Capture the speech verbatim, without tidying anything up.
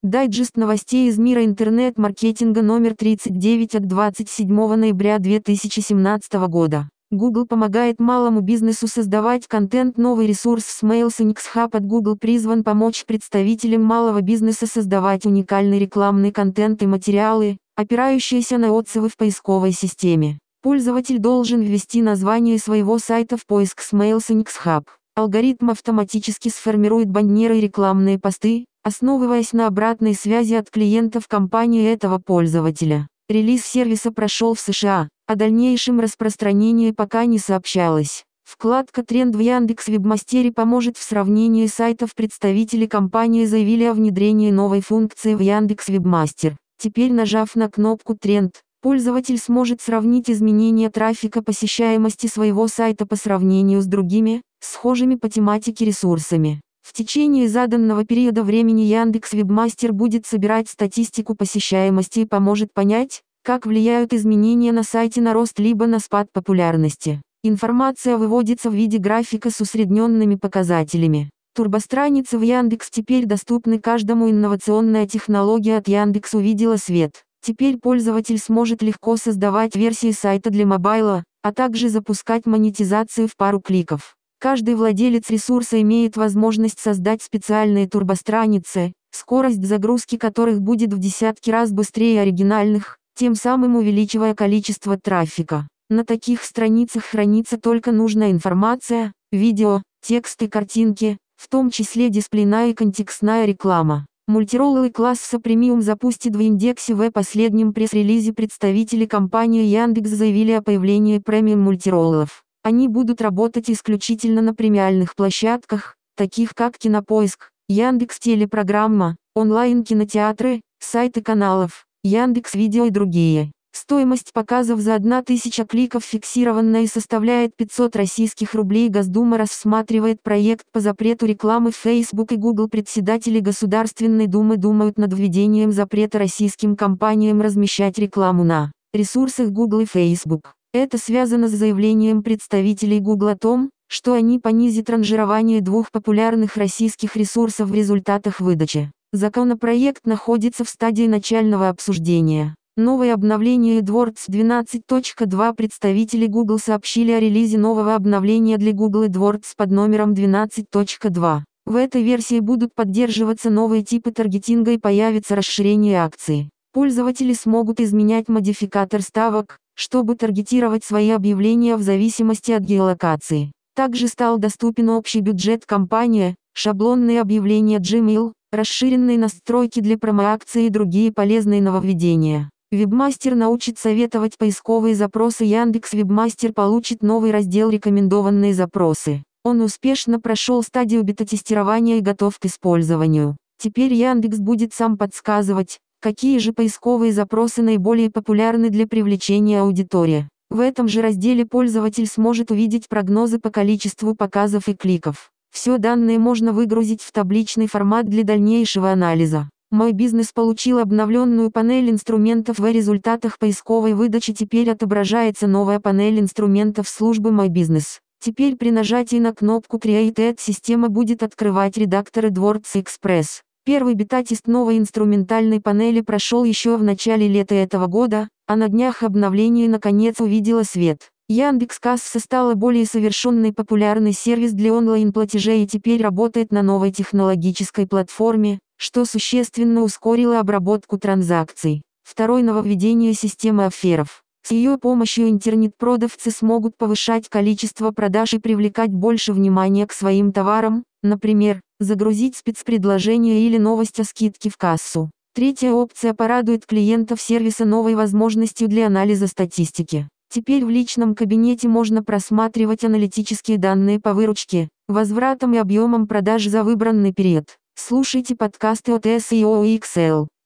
Дайджест новостей из мира интернет-маркетинга номер тридцать девять от двадцать седьмого ноября две тысячи семнадцатого года. Google помогает малому бизнесу создавать контент. Новый ресурс SmailSonics Hub от Google призван помочь представителям малого бизнеса создавать уникальный рекламный контент и материалы, опирающиеся на отзывы в поисковой системе. Пользователь должен ввести название своего сайта в поиск SmailSonics Hub. Алгоритм автоматически сформирует баннеры и рекламные посты, основываясь на обратной связи от клиентов компании этого пользователя. Релиз сервиса прошел в США, о дальнейшем распространении пока не сообщалось. Вкладка «Тренд» в Яндекс.Вебмастере поможет в сравнении сайтов. Представители компании заявили о внедрении новой функции в Яндекс.Вебмастер. Теперь, нажав на кнопку «Тренд», пользователь сможет сравнить изменения трафика посещаемости своего сайта по сравнению с другими, схожими по тематике ресурсами. В течение заданного периода времени Яндекс.Вебмастер будет собирать статистику посещаемости и поможет понять, как влияют изменения на сайте на рост либо на спад популярности. Информация выводится в виде графика с усредненными показателями. Турбостраницы в Яндекс теперь доступны каждому. Инновационная технология от Яндекс увидела свет. Теперь пользователь сможет легко создавать версии сайта для мобайла, а также запускать монетизацию в пару кликов. Каждый владелец ресурса имеет возможность создать специальные турбостраницы, скорость загрузки которых будет в десятки раз быстрее оригинальных, тем самым увеличивая количество трафика. На таких страницах хранится только нужная информация, видео, текст и картинки, в том числе дисплейная и контекстная реклама. Мультироллы класса премиум запустит в индексе В. Последнем пресс-релизе представители компании Яндекс заявили о появлении премиум мультироллов. Они будут работать исключительно на премиальных площадках, таких как Кинопоиск, Яндекс.Телепрограмма, онлайн-кинотеатры, сайты каналов, Яндекс.Видео и другие. Стоимость показов за одна тысяча кликов фиксированная и составляет пятьсот российских рублей. Госдума рассматривает проект по запрету рекламы в Facebook и Google. Председатели Государственной Думы думают над введением запрета российским компаниям размещать рекламу на ресурсах Google и Facebook. Это связано с заявлением представителей Google о том, что они понизят ранжирование двух популярных российских ресурсов в результатах выдачи. Законопроект находится в стадии начального обсуждения. Новое обновление AdWords двенадцать точка два. Представители Google сообщили о релизе нового обновления для Google AdWords под номером двенадцать точка два. В этой версии будут поддерживаться новые типы таргетинга и появится расширение акций. Пользователи смогут изменять модификатор ставок, чтобы таргетировать свои объявления в зависимости от геолокации. Также стал доступен общий бюджет кампании, шаблонные объявления Gmail, расширенные настройки для промоакций и другие полезные нововведения. Вебмастер научит советовать поисковые запросы. Яндекс.Вебмастер получит новый раздел «Рекомендованные запросы». Он успешно прошел стадию бета-тестирования и готов к использованию. Теперь Яндекс будет сам подсказывать, какие же поисковые запросы наиболее популярны для привлечения аудитории. В этом же разделе пользователь сможет увидеть прогнозы по количеству показов и кликов. Все данные можно выгрузить в табличный формат для дальнейшего анализа. Мой бизнес получил обновленную панель инструментов. В результатах поисковой выдачи теперь отображается новая панель инструментов службы Мой бизнес. Теперь при нажатии на кнопку Create Ad система будет открывать редактор AdWords Express. Первый бета-тест новой инструментальной панели прошел еще в начале лета этого года, а на днях обновление наконец увидело свет. Яндекс.Касса стала более совершенный популярный сервис для онлайн-платежей и теперь работает на новой технологической платформе, что существенно ускорило обработку транзакций. Второе нововведение системы аферов. С ее помощью интернет-продавцы смогут повышать количество продаж и привлекать больше внимания к своим товарам, например, загрузить спецпредложение или новость о скидке в кассу. Третья опция порадует клиентов сервиса новой возможностью для анализа статистики. Теперь в личном кабинете можно просматривать аналитические данные по выручке, возвратам и объемам продаж за выбранный период. Слушайте подкасты от эс и о икс эл.